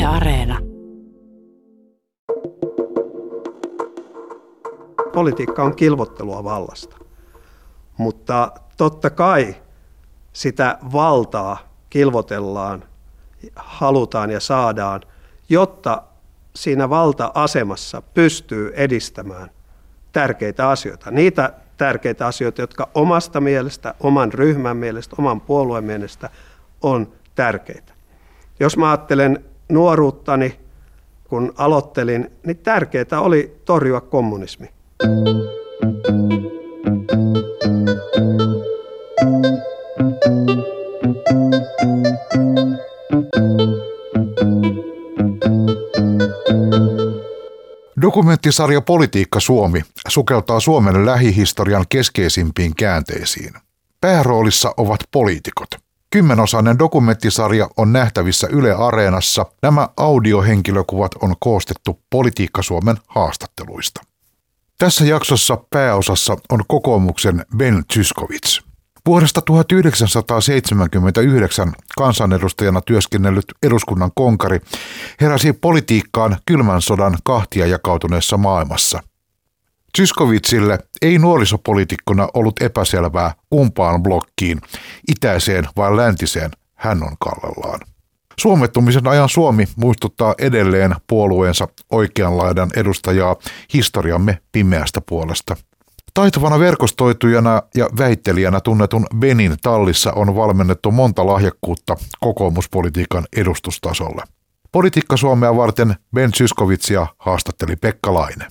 Areena. Politiikka on kilvottelua vallasta, mutta totta kai sitä valtaa kilvotellaan, halutaan ja saadaan, jotta siinä valta-asemassa pystyy edistämään tärkeitä asioita. Niitä tärkeitä asioita, jotka omasta mielestä, oman ryhmän mielestä, oman puolueen mielestä on tärkeitä. Jos mä ajattelen nuoruuttani, kun aloittelin, niin tärkeää oli torjua kommunismi. Dokumenttisarja Politiikka Suomi sukeltaa Suomen lähihistorian keskeisimpiin käänteisiin. Pääroolissa ovat poliitikot. 10-osainen dokumenttisarja on nähtävissä Yle Areenassa. Nämä audiohenkilökuvat on koostettu Politiikka Suomen haastatteluista. Tässä jaksossa pääosassa on kokoomuksen Ben Zyskowicz. Vuodesta 1979 kansanedustajana työskennellyt eduskunnan konkari heräsi politiikkaan kylmän sodan kahtia jakautuneessa maailmassa. Zyskowiczille ei nuorisopoliitikkona ollut epäselvää kumpaan blokkiin, itäiseen vai läntiseen, hän on kallellaan. Suomettumisen ajan Suomi muistuttaa edelleen puolueensa oikean laidan edustajaa historiamme pimeästä puolesta. Taitavana verkostoitujana ja väittelijänä tunnetun Benin tallissa on valmennettu monta lahjakkuutta kokoomuspolitiikan edustustasolle. Politiikka Suomea varten Ben Zyskowiczia haastatteli Pekka Laine.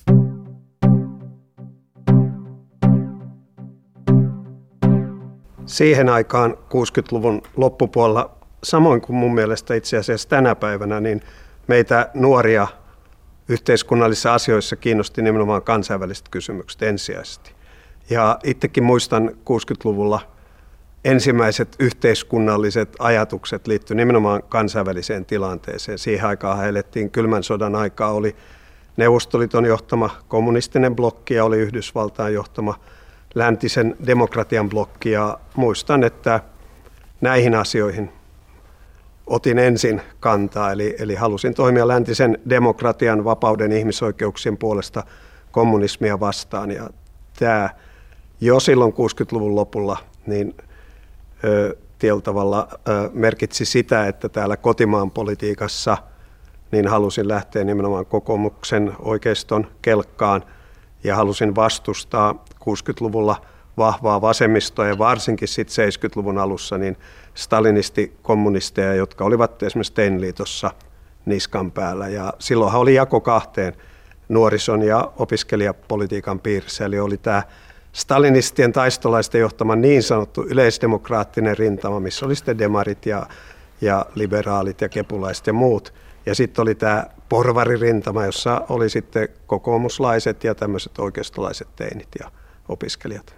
Siihen aikaan 60-luvun loppupuolella, samoin kuin mun mielestä itse asiassa tänä päivänä, niin meitä nuoria yhteiskunnallisissa asioissa kiinnosti nimenomaan kansainväliset kysymykset ensisijaisesti. Ja itsekin muistan 60-luvulla ensimmäiset yhteiskunnalliset ajatukset liittyi nimenomaan kansainväliseen tilanteeseen. Siihen aikaan elettiin kylmän sodan aikaa, oli Neuvostoliiton johtama kommunistinen blokki ja oli Yhdysvaltain johtama läntisen demokratian blokki. Ja muistan, että näihin asioihin otin ensin kantaa, eli halusin toimia läntisen demokratian, vapauden, ihmisoikeuksien puolesta kommunismia vastaan. Ja tämä jo silloin 60-luvun lopulla niin tietyllä tavalla merkitsi sitä, että täällä kotimaan politiikassa niin halusin lähteä nimenomaan kokoomuksen oikeiston kelkkaan ja halusin vastustaa 60-luvulla vahvaa vasemmistoa ja varsinkin sitten 70-luvun alussa niin stalinistikommunisteja, jotka olivat esimerkiksi Tein-liitossa niskan päällä. Ja silloinhan oli jako kahteen nuorison ja opiskelijapolitiikan piirissä. Eli oli tämä stalinistien taistolaisten johtama niin sanottu yleisdemokraattinen rintama, missä oli sitten demarit ja liberaalit ja kepulaiset ja muut. Ja sitten oli tämä porvaririntama, jossa oli sitten kokoomuslaiset ja tämmöiset oikeistolaiset teinit ja opiskelijat.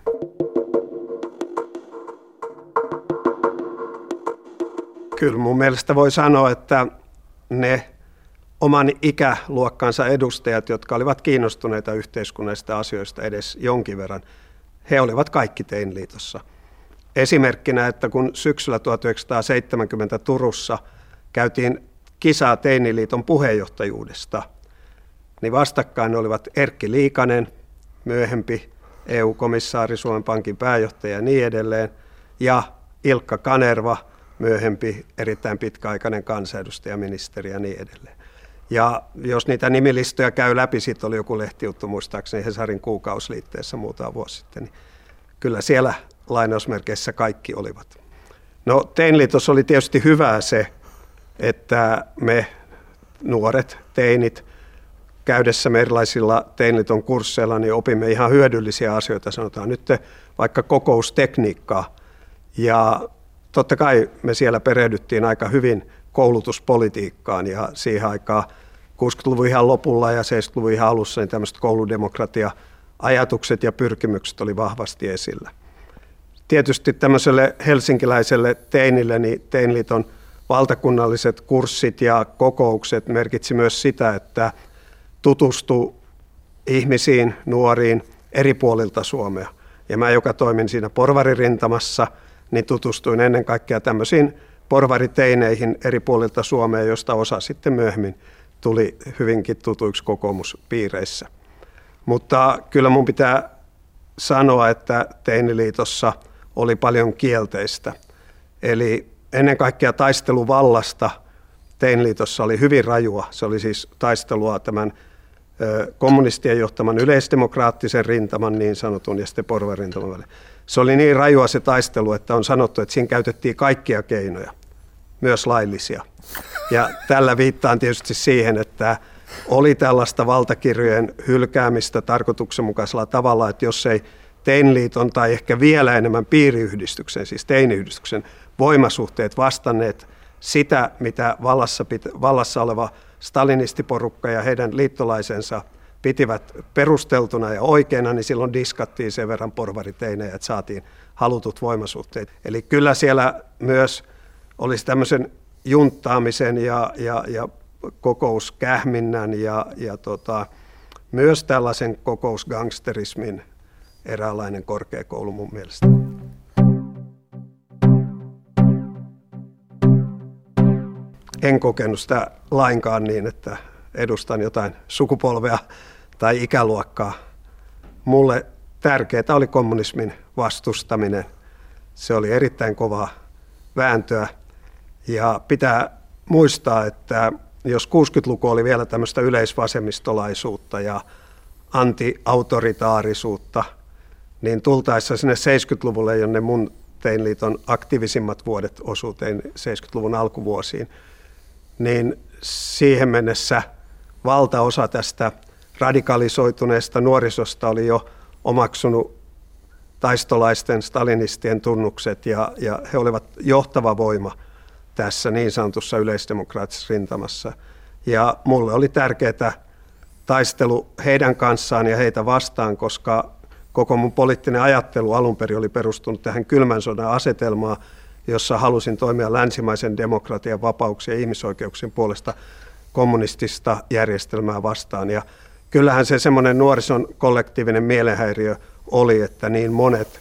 Kyllä mun mielestä voi sanoa, että ne oman ikäluokkansa edustajat, jotka olivat kiinnostuneita yhteiskunnallisista asioista edes jonkin verran, he olivat kaikki Tein-liitossa. Esimerkkinä, että kun syksyllä 1970 Turussa käytiin kisaa Teini-liiton puheenjohtajuudesta, niin vastakkain olivat Erkki Liikanen, myöhempi EU-komissaari, Suomen Pankin pääjohtaja ja niin edelleen, ja Ilkka Kanerva, myöhempi erittäin pitkäaikainen kansanedustaja, ministeri ja niin edelleen. Ja jos niitä nimilistoja käy läpi, siitä oli joku lehtijuttu muistaakseni Hesarin kuukausiliitteessä muutama vuosi sitten, niin kyllä siellä lainausmerkeissä kaikki olivat. No Tein-liitossa oli tietysti hyvää se, että me nuoret teinit käydessämme erilaisilla Tein-liiton kursseilla, niin opimme ihan hyödyllisiä asioita, sanotaan nyt vaikka kokoustekniikkaa. Ja totta kai me siellä perehdyttiin aika hyvin koulutuspolitiikkaan ja siihen aikaan 60-luvun ihan lopulla ja 70-luvun ihan alussa niin tämmöiset kouludemokratia-ajatukset ja pyrkimykset oli vahvasti esillä. Tietysti tämmöiselle helsinkiläiselle teinille niin Tein-liiton valtakunnalliset kurssit ja kokoukset merkitsi myös sitä, että tutustui ihmisiin, nuoriin eri puolilta Suomea. Ja mä, joka toimin siinä porvaririntamassa, niin tutustuin ennen kaikkea tämmöisiin porvariteineihin eri puolilta Suomea, josta osa sitten myöhemmin tuli hyvinkin tutuiksi kokoomuspiireissä. Mutta kyllä mun pitää sanoa, että Teiniliitossa oli paljon kielteistä. Eli ennen kaikkea taistelu vallasta Teiniliitossa oli hyvin rajua. Se oli siis taistelua tämän kommunistien johtaman yleisdemokraattisen rintaman niin sanotun ja sitten porvarintaman välillä. Se oli niin rajua se taistelu, että on sanottu, että siinä käytettiin kaikkia keinoja, myös laillisia. Ja tällä viittaan tietysti siihen, että oli tällaista valtakirjojen hylkäämistä tarkoituksenmukaisella tavalla, että jos ei Teiniliiton tai ehkä vielä enemmän piiriyhdistyksen, siis teiniyhdistyksen voimasuhteet vastanneet sitä, mitä vallassa oleva stalinistiporukka ja heidän liittolaisensa pitivät perusteltuna ja oikeana, niin silloin diskattiin sen verran porvariteinejä, että saatiin halutut voimasuhteet. Eli kyllä siellä myös olisi tämmöisen junttaamisen ja kokouskähminnän ja myös tällaisen kokousgangsterismin eräänlainen korkeakoulu mun mielestä. En kokenut sitä lainkaan niin, että edustan jotain sukupolvea tai ikäluokkaa. Mulle tärkeää oli kommunismin vastustaminen. Se oli erittäin kovaa vääntöä ja pitää muistaa, että jos 60-luku oli vielä tämmöistä yleisvasemmistolaisuutta ja anti-autoritaarisuutta, niin tultaessa sinne 70-luvulle, jonne mun Teiniliiton aktiivisimmat vuodet osuu 70-luvun alkuvuosiin, niin siihen mennessä valtaosa tästä radikalisoituneesta nuorisosta oli jo omaksunut taistolaisten stalinistien tunnukset ja he olivat johtava voima tässä niin sanotussa yleisdemokraattisessa rintamassa. Ja mulle oli tärkeää taistelu heidän kanssaan ja heitä vastaan, koska koko mun poliittinen ajattelu alun perin oli perustunut tähän kylmän sodan asetelmaan, jossa halusin toimia länsimaisen demokratian, vapauksien ja ihmisoikeuksien puolesta kommunistista järjestelmää vastaan. Ja kyllähän se semmoinen nuorison kollektiivinen mielenhäiriö oli, että niin monet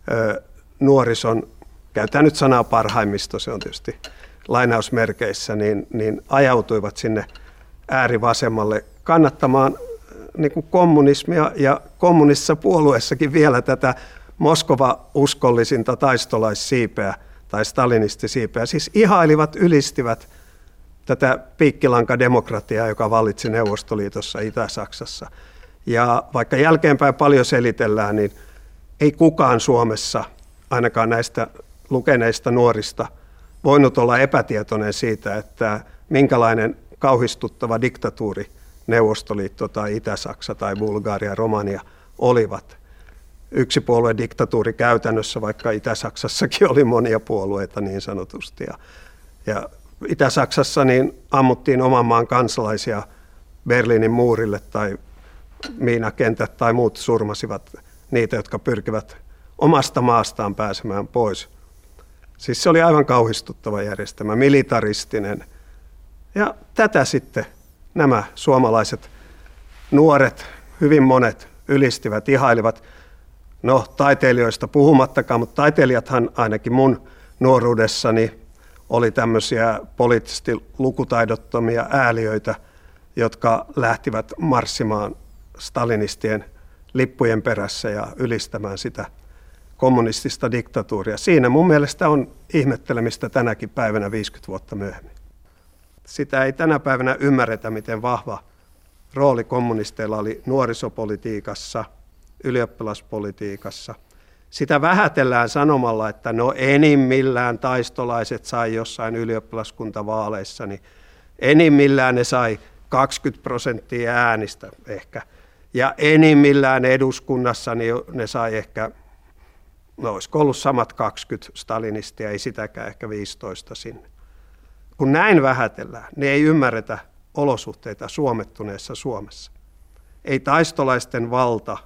nuorison, käytetään nyt sanaa parhaimmisto, se on tietysti lainausmerkeissä, niin ajautuivat sinne äärivasemmalle kannattamaan niin kuin kommunismia ja kommunistisessa puolueessakin vielä tätä Moskova-uskollisinta taistolaissiipeä tai stalinistisiipeä. Siis ihailivat, ylistivät tätä piikkilankademokratiaa, joka vallitsi Neuvostoliitossa Itä-Saksassa. Ja vaikka jälkeenpäin paljon selitellään, niin ei kukaan Suomessa, ainakaan näistä lukeneista nuorista, voinut olla epätietoinen siitä, että minkälainen kauhistuttava diktatuuri Neuvostoliitto tai Itä-Saksa tai Bulgaria, Romania olivat. Yksipuolueen diktatuuri käytännössä, vaikka Itä-Saksassakin oli monia puolueita niin sanotusti. Ja Itä-Saksassa niin ammuttiin oman maan kansalaisia Berliinin muurille tai miinakentät tai muut surmasivat niitä, jotka pyrkivät omasta maastaan pääsemään pois. Siis se oli aivan kauhistuttava järjestelmä, militaristinen. Ja tätä sitten nämä suomalaiset nuoret, hyvin monet ylistivät, ihailivat. No taiteilijoista puhumattakaan, mutta taiteilijathan ainakin mun nuoruudessani oli tämmöisiä poliittisesti lukutaidottomia ääliöitä, jotka lähtivät marssimaan stalinistien lippujen perässä ja ylistämään sitä kommunistista diktatuuria. Siinä mun mielestä on ihmettelemistä tänäkin päivänä 50 vuotta myöhemmin. Sitä ei tänä päivänä ymmärretä, miten vahva rooli kommunisteilla oli nuorisopolitiikassa, ylioppilaspolitiikassa. Sitä vähätellään sanomalla, että no enimmillään taistolaiset sai jossain ylioppilaskuntavaaleissa, niin enimmillään ne sai 20% äänistä ehkä. Ja enimmillään eduskunnassa niin ne sai ehkä, no olisiko ollut samat 20 stalinistia, ei sitäkään, ehkä 15 sinne. Kun näin vähätellään, niin ei ymmärretä olosuhteita suomettuneessa Suomessa. Ei taistolaisten valta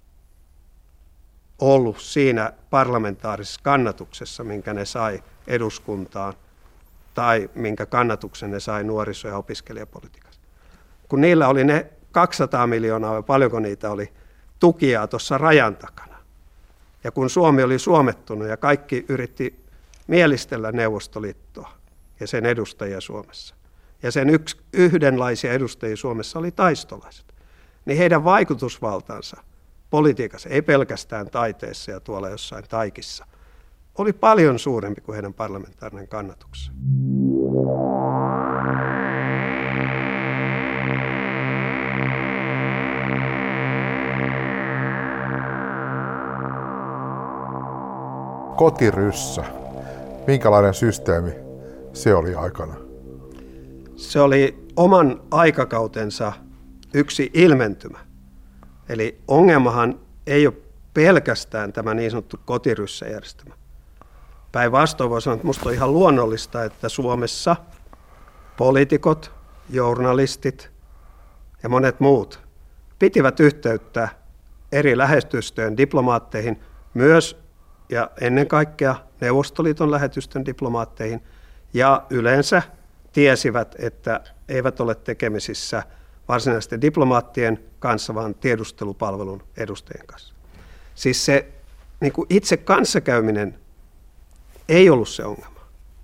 ollut siinä parlamentaarisessa kannatuksessa, minkä ne sai eduskuntaan, tai minkä kannatuksen ne sai nuoriso- ja opiskelijapolitiikassa. Kun niillä oli ne 200 miljoonaa, vai paljonko niitä oli, tukijaa tuossa rajan takana. Ja kun Suomi oli suomettunut ja kaikki yritti mielistellä Neuvostoliittoa ja sen edustajia Suomessa. Ja sen yhdenlaisia edustajia Suomessa oli taistolaiset. Niin heidän vaikutusvaltansa politiikassa, ei pelkästään taiteessa ja tuolla jossain taikissa, oli paljon suurempi kuin heidän parlamentaarinen kannatuksensa. Kotiryssä. Minkälainen systeemi se oli aikana? Se oli oman aikakautensa yksi ilmentymä. Eli ongelmahan ei ole pelkästään tämä niin sanottu kotiryssäjärjestelmä. Päinvastoin voi sanoa, että minusta on ihan luonnollista, että Suomessa poliitikot, journalistit ja monet muut pitivät yhteyttä eri lähetystöjen diplomaatteihin, myös ja ennen kaikkea Neuvostoliiton lähetystön diplomaatteihin, ja yleensä tiesivät, että eivät ole tekemisissä varsinaisten diplomaattien kanssa, vaan tiedustelupalvelun edustajien kanssa. Siis se niin kuin itse kanssakäyminen ei ollut se ongelma.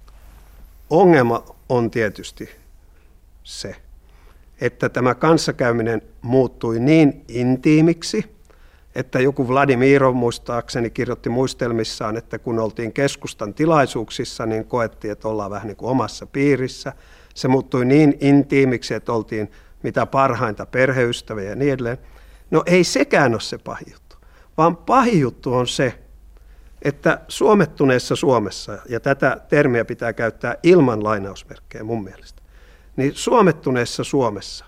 Ongelma on tietysti se, että tämä kanssakäyminen muuttui niin intiimiksi, että joku Vladimirov muistaakseni kirjoitti muistelmissaan, että kun oltiin keskustan tilaisuuksissa, niin koettiin, että ollaan vähän niin kuin omassa piirissä. Se muuttui niin intiimiksi, että oltiin mitä parhainta perheystäviä ja niin edelleen. No ei sekään ole se pahin juttu, vaan pahin juttu on se, että suomettuneessa Suomessa, ja tätä termiä pitää käyttää ilman lainausmerkkejä mun mielestä, niin suomettuneessa Suomessa,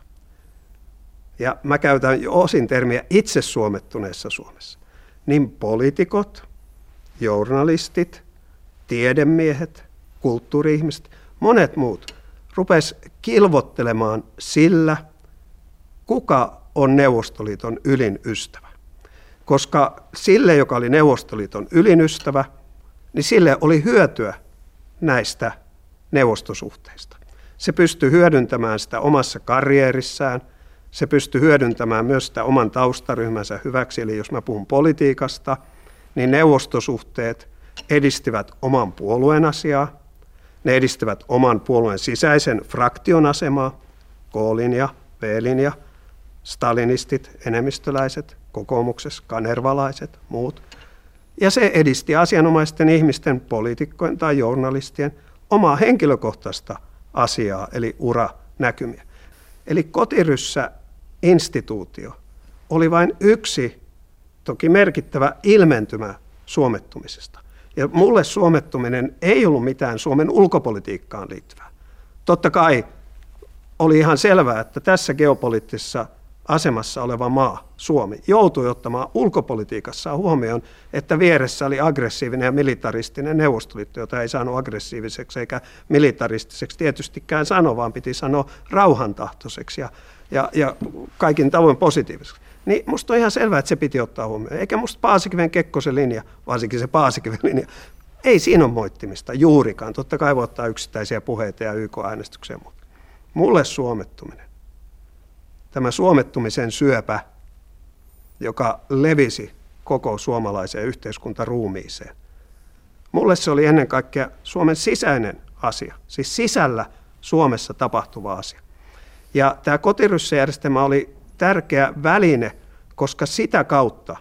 ja mä käytän jo osin termiä itse suomettuneessa Suomessa, niin poliitikot, journalistit, tiedemiehet, kulttuuri-ihmiset, monet muut rupes kilvottelemaan sillä, kuka on Neuvostoliiton ylin ystävä. Koska sille, joka oli Neuvostoliiton ylin ystävä, niin sille oli hyötyä näistä neuvostosuhteista. Se pystyi hyödyntämään sitä omassa karjeerissaan, se pystyi hyödyntämään myös sitä oman taustaryhmänsä hyväksi, eli jos mä puhun politiikasta, niin neuvostosuhteet edistivät oman puolueen asiaa, ne edistivät oman puolueen sisäisen fraktion asemaa, K-linja, V-linja, stalinistit, enemmistöläiset, kokoomuksessa, kanervalaiset, muut. Ja se edisti asianomaisten ihmisten, poliitikkojen tai journalistien omaa henkilökohtaista asiaa, eli uranäkymiä. Eli kotiryssä instituutio oli vain yksi, toki merkittävä ilmentymä suomettumisesta. Ja mulle suomettuminen ei ollut mitään Suomen ulkopolitiikkaan liittyvää. Totta kai oli ihan selvää, että tässä geopoliittisessa asemassa oleva maa, Suomi, joutui ottamaan ulkopolitiikassaan huomioon, että vieressä oli aggressiivinen ja militaristinen Neuvostoliitto, jota ei saanut aggressiiviseksi eikä militaristiseksi tietystikään sanoa, vaan piti sanoa rauhantahtoiseksi ja kaikin tavoin positiiviseksi. Niin musta on ihan selvää, että se piti ottaa huomioon. Eikä musta Paasikiven-Kekkosen linja, varsinkin se Paasikiven linja, ei siinä ole moittimista juurikaan. Totta kai voi ottaa yksittäisiä puheita ja YK-äänestyksiä, mutta mulle suomettuminen, tämä suomettumisen syöpä, joka levisi koko suomalaiseen yhteiskuntaruumiiseen, mulle se oli ennen kaikkea Suomen sisäinen asia, siis sisällä Suomessa tapahtuva asia. Ja tämä kotiryssäjärjestelmä oli tärkeä väline, koska sitä kautta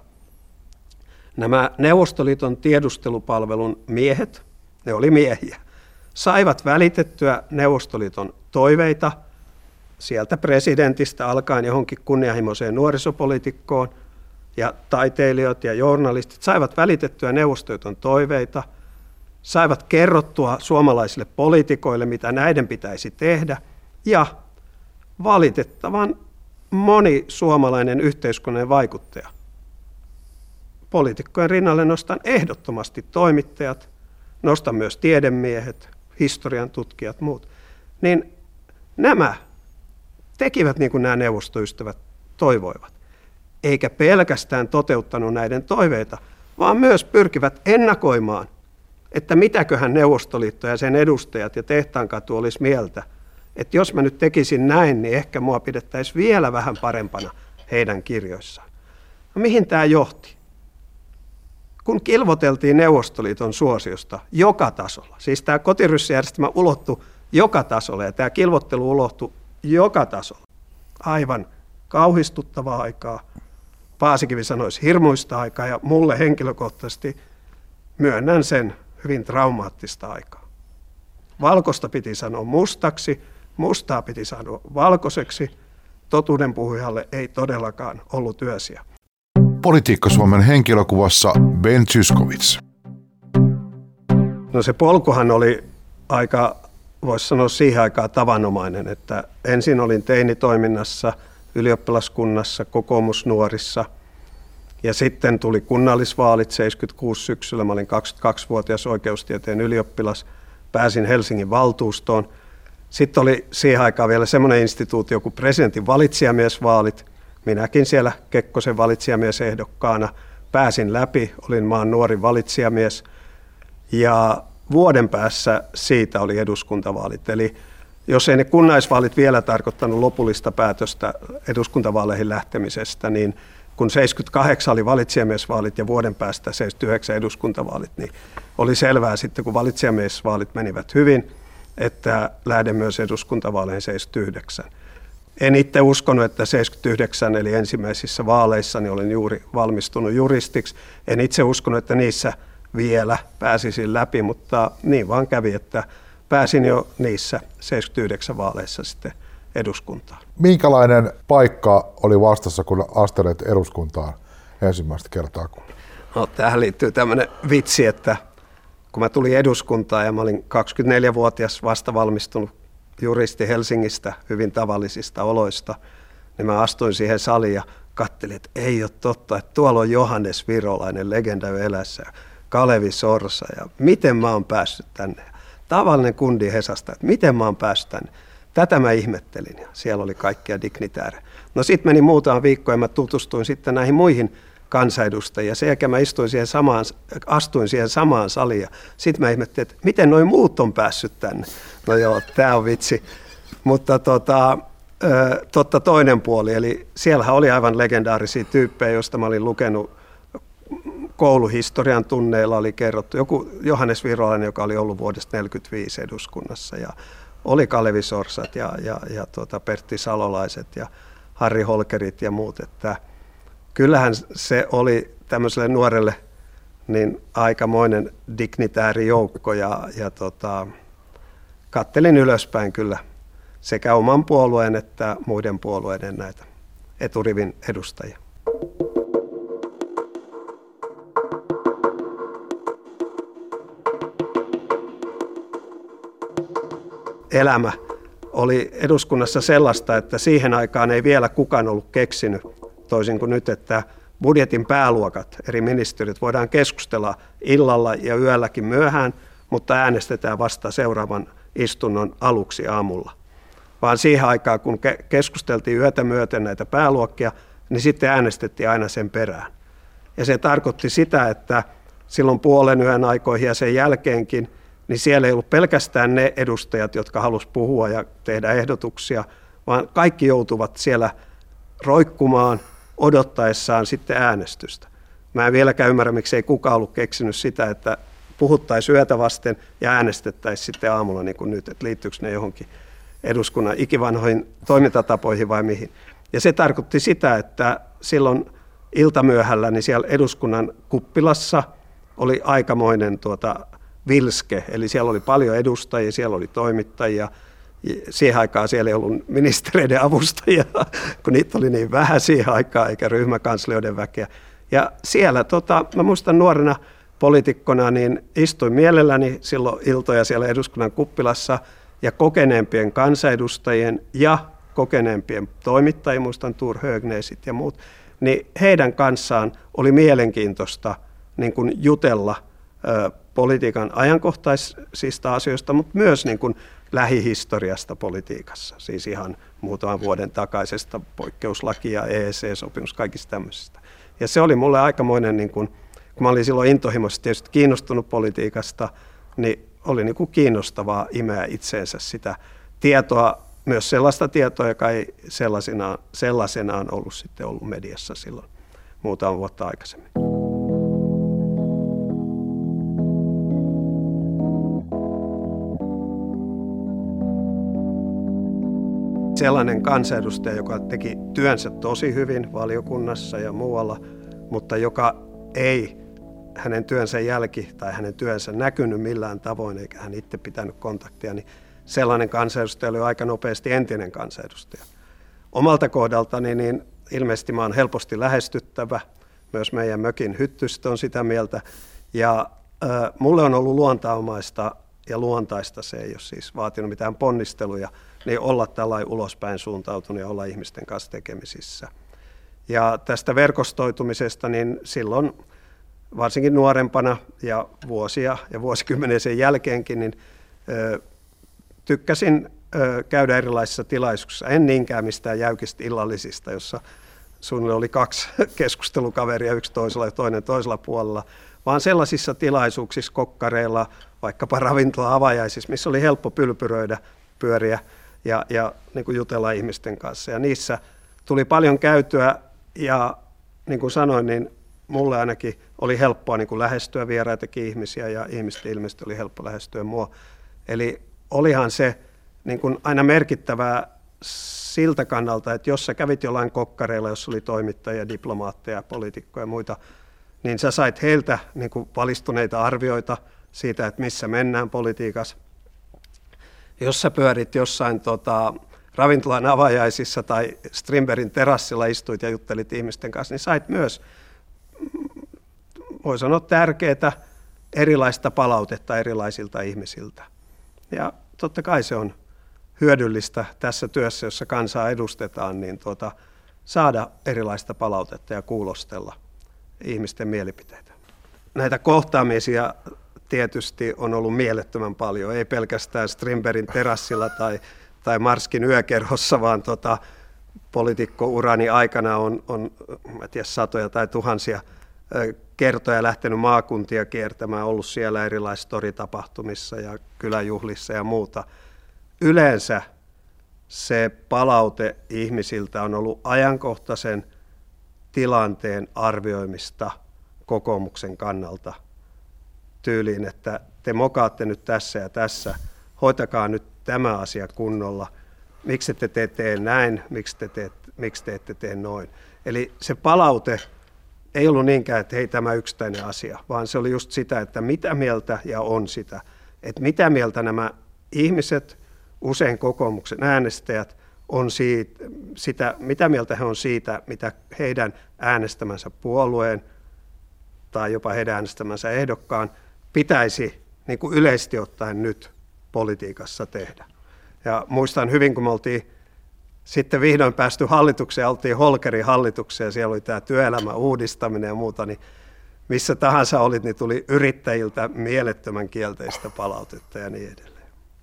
nämä Neuvostoliiton tiedustelupalvelun miehet, ne oli miehiä, saivat välitettyä Neuvostoliiton toiveita sieltä presidentistä alkaen johonkin kunnianhimoiseen nuorisopoliitikkoon, ja taiteilijat ja journalistit saivat välitettyä Neuvostoliiton toiveita, saivat kerrottua suomalaisille poliitikoille, mitä näiden pitäisi tehdä, ja valitettavan moni suomalainen yhteiskunnallinen vaikuttaja. Poliitikkojen rinnalle nostan ehdottomasti toimittajat, nostan myös tiedemiehet, historian tutkijat, muut. Niin nämä tekivät niin kuin nämä neuvostoystävät toivoivat. Eikä pelkästään toteuttanut näiden toiveita, vaan myös pyrkivät ennakoimaan, että mitäköhän Neuvostoliitto ja sen edustajat ja Tehtaankatu olisi mieltä, että jos mä nyt tekisin näin, niin ehkä mua pidettäisiin vielä vähän parempana heidän kirjoissaan. No mihin tämä johti? kun kilvoteltiin Neuvostoliiton suosiosta joka tasolla, siis tämä kotiryssijärjestelmä ulottui joka tasolla ja tämä kilvottelu ulottui joka tasolla. Aivan kauhistuttavaa aikaa, Paasikivi sanoisi hirmuista aikaa ja mulle henkilökohtaisesti myönnän sen hyvin traumaattista aikaa. Valkoista piti sanoa mustaksi, mustaa piti sanoa valkoiseksi, totuuden puhujalle ei todellakaan ollut yösiä. Politiikka Suomen henkilökuvassa Ben Zyskowicz. No se polkuhan oli aika, voisi sanoa siihen aikaan tavanomainen, että ensin olin teinitoiminnassa, ylioppilaskunnassa, kokoomusnuorissa ja sitten tuli kunnallisvaalit 76 syksyllä. Mä olin 22-vuotias oikeustieteen ylioppilas, pääsin Helsingin valtuustoon. Sitten oli siihen aikaan vielä semmoinen instituutio kuin presidentin valitsijamiesvaalit. Minäkin siellä Kekkosen valitsijamiesehdokkaana pääsin läpi, olin maan nuorin valitsijamies ja vuoden päässä siitä oli eduskuntavaalit. Eli jos ei ne kunnallisvaalit vielä tarkoittanut lopullista päätöstä eduskuntavaaleihin lähtemisestä, niin kun 78 oli valitsijamiesvaalit ja vuoden päästä 79 eduskuntavaalit, niin oli selvää sitten, kun valitsijamiesvaalit menivät hyvin, että lähden myös eduskuntavaaleihin 79. En itse uskonut, että 79 eli ensimmäisissä vaaleissa niin olin juuri valmistunut juristiksi. En itse uskonut, että niissä vielä pääsisin läpi, mutta niin vaan kävi, että pääsin jo niissä 79 vaaleissa sitten eduskuntaan. Minkälainen paikka oli vastassa, kun astelet eduskuntaan ensimmäistä kertaa? No, tähän liittyy tämmöinen vitsi, että kun mä tulin eduskuntaan ja mä olin 24-vuotias vasta valmistunut juristi Helsingistä, hyvin tavallisista oloista, niin mä astuin siihen saliin ja katselin, että ei ole totta, että tuolla on Johannes Virolainen, legenda elässä, ja Kalevi Sorsa, ja miten mä oon päässyt tänne. Tavallinen kundi Hesasta, että miten mä oon päässyt tänne. Tätä mä ihmettelin, ja siellä oli kaikkia dignitäärejä. No sitten meni muutama viikko, ja mä tutustuin sitten näihin muihin kansanedustajia. Sen jälkeen mä astuin siihen samaan saliin, ja sitten mä ihmettelin, että miten noi muut on päässyt tänne. No joo, tää on vitsi. Mutta totta toinen puoli, eli siellähän oli aivan legendaarisia tyyppejä, joista mä olin lukenut kouluhistorian tunneilla, oli kerrottu. Joku Johannes Virolainen, joka oli ollut vuodesta 1945 eduskunnassa, ja oli Kalevi Sorsat ja Pertti Salolaiset ja Harri Holkerit ja muut. Että kyllähän se oli tämmöiselle nuorelle niin aikamoinen dignitäärijoukko ja kattelin ylöspäin kyllä sekä oman puolueen että muiden puolueiden näitä eturivin edustajia. Elämä oli eduskunnassa sellaista, että siihen aikaan ei vielä kukaan ollut keksinyt, toisin kuin nyt, että budjetin pääluokat, eri ministeriöt voidaan keskustella illalla ja yölläkin myöhään, mutta äänestetään vasta seuraavan istunnon aluksi aamulla. Vaan siihen aikaan, kun keskusteltiin yötä myöten näitä pääluokkia, niin sitten äänestettiin aina sen perään. Ja se tarkoitti sitä, että silloin puolen yön aikoihin ja sen jälkeenkin, niin siellä ei ollut pelkästään ne edustajat, jotka halusivat puhua ja tehdä ehdotuksia, vaan kaikki joutuvat siellä roikkumaan odottaessaan sitten äänestystä. Mä en vieläkään ymmärrä, miksi ei kukaan ollut keksinyt sitä, että puhuttaisiin yötä vasten ja äänestettäisiin sitten aamulla niin kuin nyt, että liittyykö ne johonkin eduskunnan ikivanhoihin toimintatapoihin vai mihin. Ja se tarkoitti sitä, että silloin iltamyöhällä niin siellä eduskunnan kuppilassa oli aikamoinen vilske, eli siellä oli paljon edustajia, siellä oli toimittajia. Siihen aikaan siellä ei ollut ministereiden avustajia, kun niitä oli niin vähän siihen aikaan, eikä ryhmäkanslioiden väkeä. Ja siellä, mä muistan nuorena poliitikkona, niin istuin mielelläni silloin iltoja siellä eduskunnan kuppilassa, ja kokeneempien kansanedustajien ja kokeneempien toimittajien, muistan Tur Högnesit ja muut, niin heidän kanssaan oli mielenkiintoista niin kuin jutella politiikan ajankohtaisista asioista, mutta myös niin kuin lähihistoriasta politiikassa, siis ihan muutaman vuoden takaisesta poikkeuslakia, EEC-sopimus, kaikista tämmöisistä. Ja se oli mulle aikamoinen, niin kun mä olin silloin intohimoisesti tietysti kiinnostunut politiikasta, niin oli niin kuin kiinnostavaa imeä itseensä sitä tietoa, myös sellaista tietoa, joka ei sellaisenaan ollut mediassa silloin muutama vuotta aikaisemmin. sellainen kansanedustaja, joka teki työnsä tosi hyvin valiokunnassa ja muualla, mutta joka ei hänen työnsä jälki tai hänen työnsä näkynyt millään tavoin, eikä hän itse pitänyt kontaktia, niin sellainen kansanedustaja oli aika nopeasti entinen kansanedustaja. Omalta kohdaltani niin ilmeisesti mä oon helposti lähestyttävä, myös meidän mökin hyttystö on sitä mieltä, ja mulle on ollut luontaomaista ja luontaista, se ei ole siis vaatinut mitään ponnisteluja, niin olla tällainen ulospäin suuntautunut ja olla ihmisten kanssa tekemisissä. Ja tästä verkostoitumisesta, niin silloin varsinkin nuorempana ja vuosia ja vuosikymmeniä sen jälkeenkin, niin tykkäsin käydä erilaisissa tilaisuuksissa, en niinkään mistään jäykistä illallisista, jossa suunnilleen oli 2 keskustelukaveria, yksi toisella ja toinen toisella puolella, vaan sellaisissa tilaisuuksissa, kokkareilla, vaikkapa ravintola-avajaisissa, missä oli helppo pylpyröidä, pyöriä ja niin kuin jutella ihmisten kanssa. Ja niissä tuli paljon käytyä ja niin kuin sanoin, niin mulle ainakin oli helppoa niin kuin lähestyä vieraitakin ihmisiä ja ihmisten ilmeisesti oli helppo lähestyä mua. Eli olihan se niin kuin aina merkittävää siltä kannalta, että jos sä kävit jollain kokkareilla, jos oli toimittajia, diplomaatteja, poliitikkoja ja muita, niin sä sait heiltä niin kuin valistuneita arvioita siitä, että missä mennään politiikassa. Jos sä pyörit jossain ravintolan avajaisissa tai Strindbergin terassilla istuit ja juttelit ihmisten kanssa, niin sait myös, voi sanoa, tärkeää erilaista palautetta erilaisilta ihmisiltä. Ja totta kai se on hyödyllistä tässä työssä, jossa kansaa edustetaan, niin saada erilaista palautetta ja kuulostella ihmisten mielipiteitä. Näitä kohtaamisia tietysti on ollut mielettömän paljon, ei pelkästään Strindbergin terassilla tai Marskin yökerhossa, vaan poliitikkourani aikana on mä tiedän, satoja tai tuhansia kertoja lähtenyt maakuntia kiertämään, ollut siellä erilaisissa toritapahtumissa ja kyläjuhlissa ja muuta. Yleensä se palaute ihmisiltä on ollut ajankohtaisen tilanteen arvioimista kokoomuksen kannalta tyyliin, että te mokaatte nyt tässä ja tässä, hoitakaa nyt tämä asia kunnolla, miksi te tee näin, miksi te ette tee noin. Eli se palaute ei ollut niinkään, että hei, tämä yksittäinen asia, vaan se oli just sitä, että mitä mieltä, ja on sitä, että mitä mieltä nämä ihmiset, usein kokoomuksen äänestäjät, on sitä, mitä mieltä he on siitä, mitä heidän äänestämänsä puolueen tai jopa heidän äänestämänsä ehdokkaan pitäisi niin kuin yleisesti ottaen nyt politiikassa tehdä. Ja muistan hyvin, kun me oltiin sitten vihdoin päästy hallitukseen, oltiin Holkerin hallitukseen ja siellä oli tämä työelämän uudistaminen ja muuta, niin missä tahansa olit, niin tuli yrittäjiltä mielettömän kielteistä palautetta ja niin edelleen.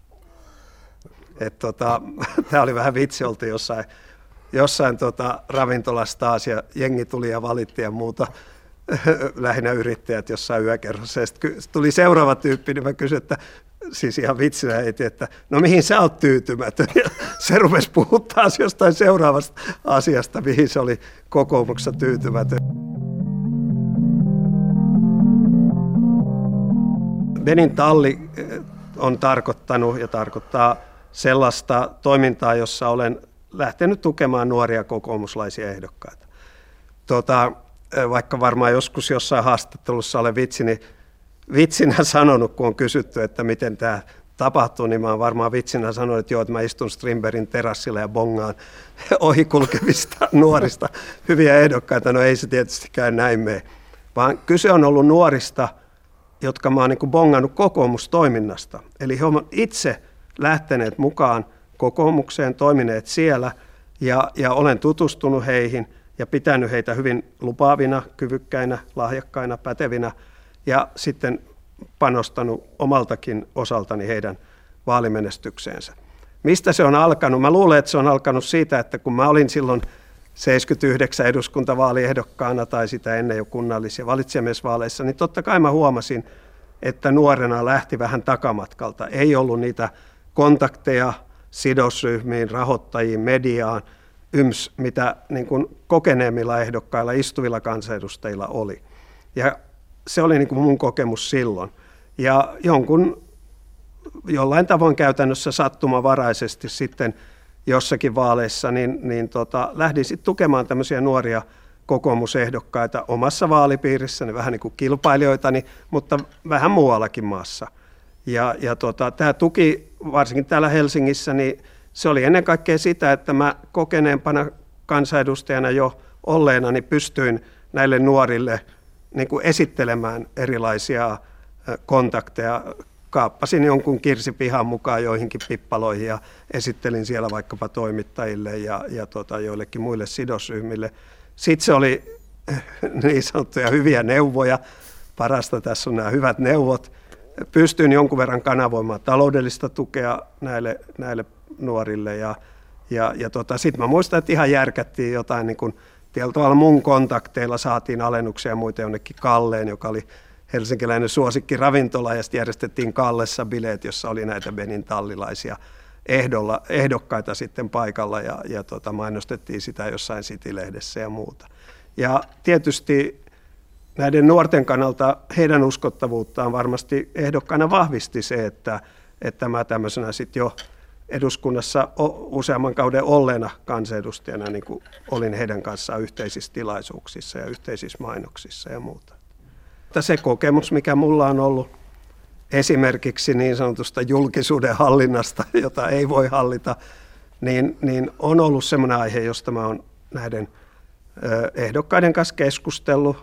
Tämä oli vähän vitsi, oltiin jossain ravintolassa taas ja jengi tuli ja valitti ja muuta, lähinnä yrittäjät jossain yökerhossa. Ja sitten tuli seuraava tyyppi, niin mä kysyin, että siis ihan vitsinä heiti, että no mihin sä oot tyytymätön? Ja se rupesi puhua taas jostain seuraavasta asiasta, mihin se oli kokoomuksessa tyytymätön. Benin talli on tarkoittanut ja tarkoittaa sellaista toimintaa, jossa olen lähtenyt tukemaan nuoria kokoomuslaisia ehdokkaita. Vaikka varmaan joskus jossain haastattelussa olen vitsinä sanonut, kun on kysytty, että miten tämä tapahtuu, niin mä oon varmaan vitsinä sanonut, että joo, että mä istun Strindbergin terassilla ja bongaan ohikulkevista nuorista hyviä ehdokkaita. No ei se tietystikään näin mene, vaan kyse on ollut nuorista, jotka mä oon niin kuin bongannut kokoomustoiminnasta. Eli he ovat itse lähteneet mukaan kokoomukseen, toimineet siellä ja olen tutustunut heihin ja pitänyt heitä hyvin lupaavina, kyvykkäinä, lahjakkaina, pätevinä ja sitten panostanut omaltakin osaltani heidän vaalimenestykseensä. Mistä se on alkanut? Mä luulen, että se on alkanut siitä, että kun mä olin silloin 79 eduskuntavaaliehdokkaana tai sitä ennen jo kunnallis- ja valitsijamiesvaaleissa, niin totta kai mä huomasin, että nuorena lähti vähän takamatkalta. Ei ollut niitä kontakteja sidosryhmiin, rahoittajiin, mediaan, mitä niin kuin kokeneemmilla ehdokkailla, istuvilla kansanedustajilla oli. Ja se oli niin kuin mun kokemus silloin. Ja jollain tavoin käytännössä sattumavaraisesti sitten jossakin vaaleissa, niin lähdin sitten tukemaan tämmöisiä nuoria kokoomusehdokkaita omassa vaalipiirissäni, vähän niin kuin kilpailijoitani, mutta vähän muuallakin maassa. Ja tämä tuki, varsinkin täällä Helsingissä, niin se oli ennen kaikkea sitä, että mä kokeneempana kansanedustajana jo olleena, niin pystyin näille nuorille niin kuin esittelemään erilaisia kontakteja. Kaappasin jonkun kirsipihan mukaan joihinkin pippaloihin ja esittelin siellä vaikkapa toimittajille ja joillekin muille sidosryhmille. Sitten se oli niin sanottuja hyviä neuvoja. Parasta tässä on nämä hyvät neuvot. Pystyin jonkun verran kanavoimaan taloudellista tukea näille nuorille ja sitten mä muistan, että ihan järkättiin jotain niin kuin tietyllä tavalla mun kontakteilla saatiin alennuksia ja muita jonnekin Kalleen, joka oli helsinkiläinen suosikkiravintola, ja sitten järjestettiin Kallessa bileet, jossa oli näitä Benin tallilaisia ehdokkaita sitten paikalla ja mainostettiin sitä jossain City-lehdessä ja muuta. Ja tietysti näiden nuorten kannalta heidän uskottavuuttaan varmasti ehdokkaana vahvisti se, että mä tämmöisenä sitten jo eduskunnassa useamman kauden olleena kansanedustajana niin kuin olin heidän kanssaan yhteisissä tilaisuuksissa ja yhteisissä mainoksissa ja muuta. Mutta se kokemus, mikä mulla on ollut esimerkiksi niin sanotusta julkisuuden hallinnasta, jota ei voi hallita, niin on ollut semmoinen aihe, josta mä oon näiden ehdokkaiden kanssa keskustellut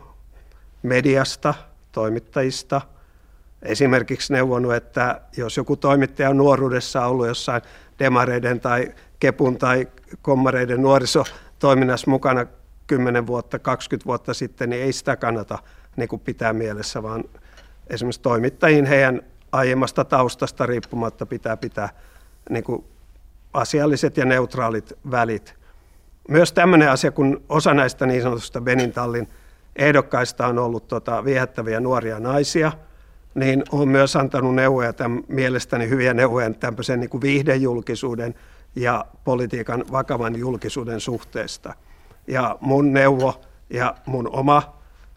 mediasta, toimittajista. Esimerkiksi neuvonut, että jos joku toimittaja on nuoruudessa ollut jossain demareiden tai kepun tai kommareiden nuorisotoiminnassa mukana 10 vuotta, 20 vuotta sitten, niin ei sitä kannata niin kuin pitää mielessä, vaan esimerkiksi toimittajiin heidän aiemmasta taustasta riippumatta pitää niin kuin asialliset ja neutraalit välit. Myös tämmöinen asia, kun osa näistä niin sanotusta Benin tallin ehdokkaista on ollut viehättäviä nuoria naisia, niin olen myös antanut neuvoja, mielestäni hyviä neuvoja tämmöisen niin kuin viihdejulkisuuden ja politiikan vakavan julkisuuden suhteesta. Ja mun neuvo ja mun oma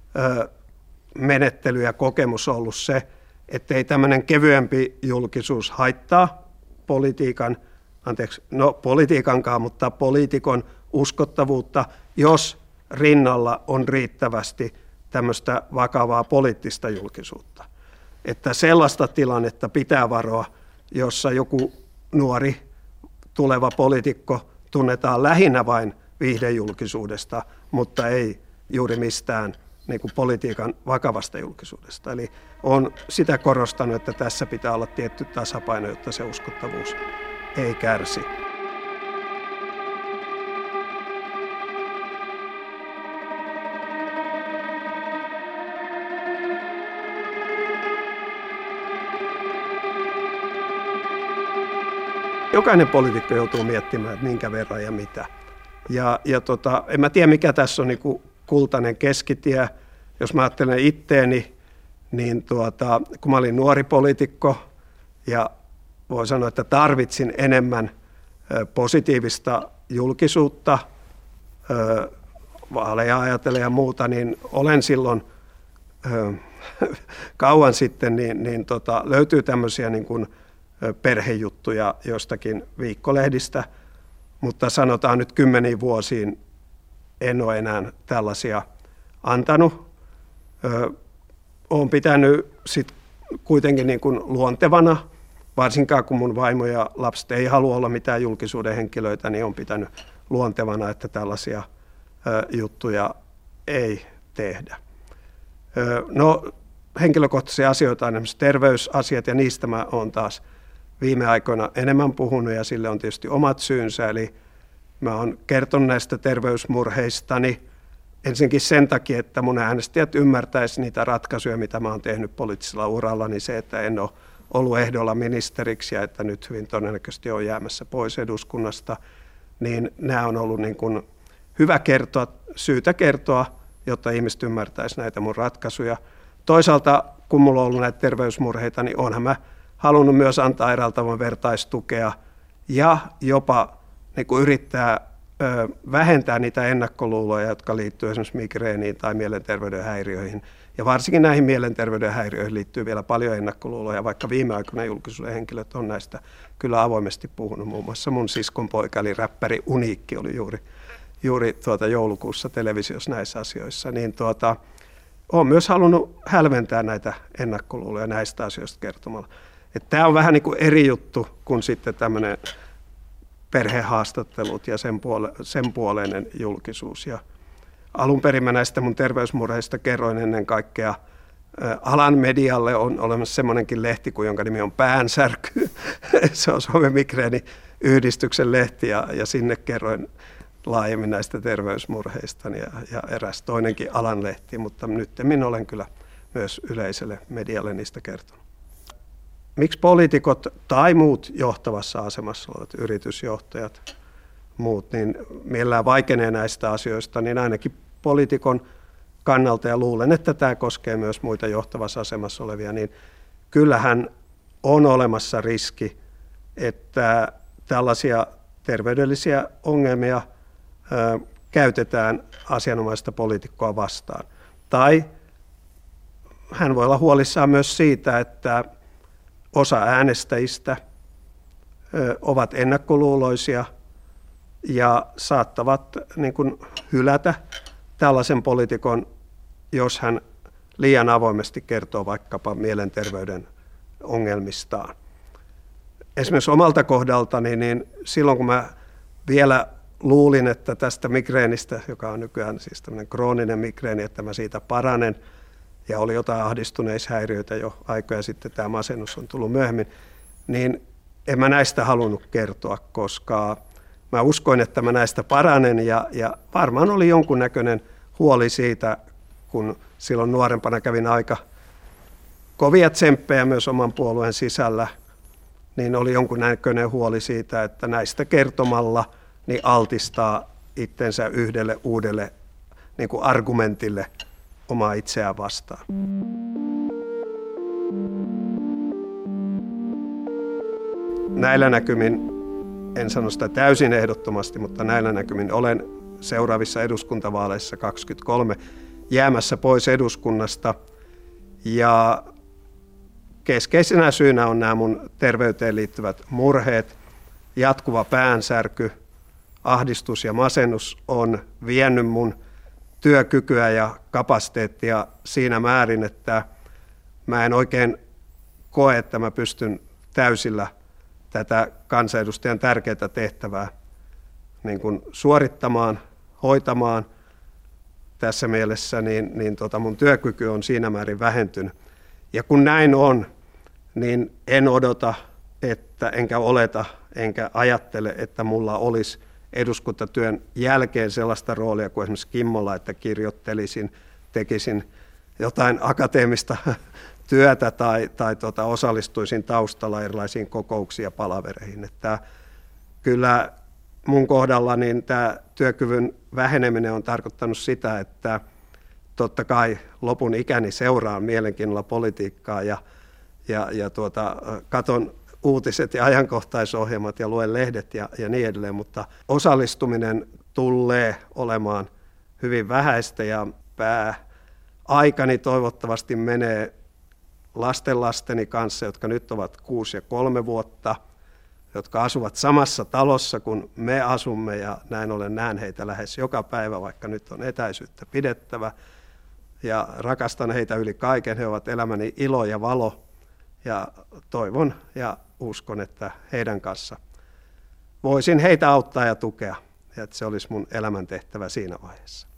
menettely ja kokemus on ollut se, ettei tämmöinen kevyempi julkisuus haittaa politiikankaan, mutta poliitikon uskottavuutta, jos rinnalla on riittävästi tämmöistä vakavaa poliittista julkisuutta. Että sellaista tilannetta pitää varoa, jossa joku nuori tuleva poliitikko tunnetaan lähinnä vain viihdejulkisuudesta, mutta ei juuri mistään niin kuin politiikan vakavasta julkisuudesta. Eli olen sitä korostanut, että tässä pitää olla tietty tasapaino, jotta se uskottavuus ei kärsi. Jokainen poliitikko joutuu miettimään, että minkä verran ja mitä. En mä tiedä, mikä tässä on niin kuin kultainen keskitie. Jos mä ajattelen itteeni, niin kun mä olin nuori poliitikko ja voi sanoa, että tarvitsin enemmän positiivista julkisuutta, vaaleja ajatellen ja muuta, niin olen silloin kauan sitten, löytyy tämmöisiä niin kuin perhejuttuja jostakin viikkolehdistä, mutta sanotaan nyt 10 vuosiin en ole enää tällaisia antanut. Olen pitänyt sit kuitenkin niin kuin luontevana, varsinkaan kun mun vaimo ja lapset ei halua olla mitään julkisuuden henkilöitä, niin olen pitänyt luontevana, että tällaisia juttuja ei tehdä. Henkilökohtaisia asioita on esimerkiksi terveysasiat, ja niistä mä olen taas viime aikoina enemmän puhunut, ja sille on tietysti omat syynsä. Eli mä oon kertonut näistä terveysmurheistani ensinnäkin sen takia, että mun äänestäjät ymmärtäisi niitä ratkaisuja, mitä mä oon tehnyt poliittisella uralla, niin se, että en ole ollut ehdolla ministeriksi ja että nyt hyvin todennäköisesti on jäämässä pois eduskunnasta, niin nämä on ollut niin kuin hyvä kertoa, syytä kertoa, jotta ihmiset ymmärtäisi näitä mun ratkaisuja. Toisaalta, kun mulla on ollut näitä terveysmurheita, niin oonhan mä halunnut myös antaa eräällä tavalla vertaistukea ja jopa niin kuin yrittää vähentää niitä ennakkoluuloja, jotka liittyy esimerkiksi migreeniin tai mielenterveyden häiriöihin, Ja varsinkin näihin mielenterveyden häiriöihin liittyy vielä paljon ennakkoluuloja, vaikka viime aikoina julkisuuden henkilöt on näistä kyllä avoimesti puhunut. Muun muassa mun siskon poika, eli räppäri Uniikki, oli juuri joulukuussa televisiossa näissä asioissa. Niin olen myös halunnut hälventää näitä ennakkoluuloja näistä asioista kertomalla. Tämä on vähän niin kuin eri juttu kuin sitten tämmöinen perhehaastattelut ja sen puoleinen julkisuus. Ja alun perin mä näistä mun terveysmurheista kerroin ennen kaikkea alan medialle. On olemassa semmoinenkin lehti, jonka nimi on Päänsärky. Se on Suomen migreeniyhdistyksen lehti ja sinne kerroin laajemmin näistä terveysmurheista ja eräs toinenkin alan lehti, mutta nyt minä olen kyllä myös yleiselle medialle niistä kertonut. Miksi poliitikot tai muut johtavassa asemassa olevat yritysjohtajat, muut, niin mielellään vaikenee näistä asioista, niin ainakin poliitikon kannalta, ja luulen, että tämä koskee myös muita johtavassa asemassa olevia, niin kyllähän on olemassa riski, että tällaisia terveydellisiä ongelmia käytetään asianomaista poliitikkoa vastaan. Tai hän voi olla huolissaan myös siitä, että osa äänestäjistä ovat ennakkoluuloisia ja saattavat niin kuin hylätä tällaisen poliitikon, jos hän liian avoimesti kertoo vaikkapa mielenterveyden ongelmistaan. Esimerkiksi omalta kohdaltani, niin silloin kun mä vielä luulin, että tästä migreenistä, joka on nykyään siis tämmöinen krooninen migreeni, että mä siitä paranen, ja oli jotain ahdistuneishäiriöitä jo aikoja sitten, tämä masennus on tullut myöhemmin, niin en mä näistä halunnut kertoa, koska mä uskoin, että mä näistä paranen, ja varmaan oli jonkunnäköinen huoli siitä, kun silloin nuorempana kävin aika kovia tsemppejä myös oman puolueen sisällä, niin oli jonkunnäköinen huoli siitä, että näistä kertomalla niin altistaa itsensä yhdelle uudelle niin kuin argumentille omaa itseään vastaan. Näillä näkymin, en sano sitä täysin ehdottomasti, mutta näillä näkymin olen seuraavissa eduskuntavaaleissa 2023 jäämässä pois eduskunnasta. Ja keskeisenä syynä on nämä mun terveyteen liittyvät murheet, jatkuva päänsärky, ahdistus ja masennus on vienyt mun työkykyä ja kapasiteettia siinä määrin, että mä en oikein koe, että mä pystyn täysillä tätä kansanedustajan tärkeää tehtävää niin kuin suorittamaan, hoitamaan tässä mielessä, niin mun työkyky on siinä määrin vähentynyt. Ja kun näin on, niin en odota, enkä oleta, enkä ajattele, että mulla olisi eduskuntatyön jälkeen sellaista roolia kuin esimerkiksi Kimmolla, että kirjoittelisin, tekisin jotain akateemista työtä tai osallistuisin taustalla erilaisiin kokouksiin ja palavereihin. Että kyllä mun kohdalla niin tämä työkyvyn väheneminen on tarkoittanut sitä, että totta kai lopun ikäni seuraan mielenkiinnolla politiikkaa ja katon uutiset ja ajankohtaisohjelmat ja luen lehdet ja niin edelleen, mutta osallistuminen tulee olemaan hyvin vähäistä ja pääaikani toivottavasti menee lastenlasteni kanssa, jotka nyt ovat 6 ja 3 vuotta, jotka asuvat samassa talossa kuin me asumme ja näin ollen näen heitä lähes joka päivä, vaikka nyt on etäisyyttä pidettävä ja rakastan heitä yli kaiken, he ovat elämäni ilo ja valo ja toivon ja uskon, että heidän kanssa voisin heitä auttaa ja tukea ja että se olisi mun elämäntehtävä siinä vaiheessa.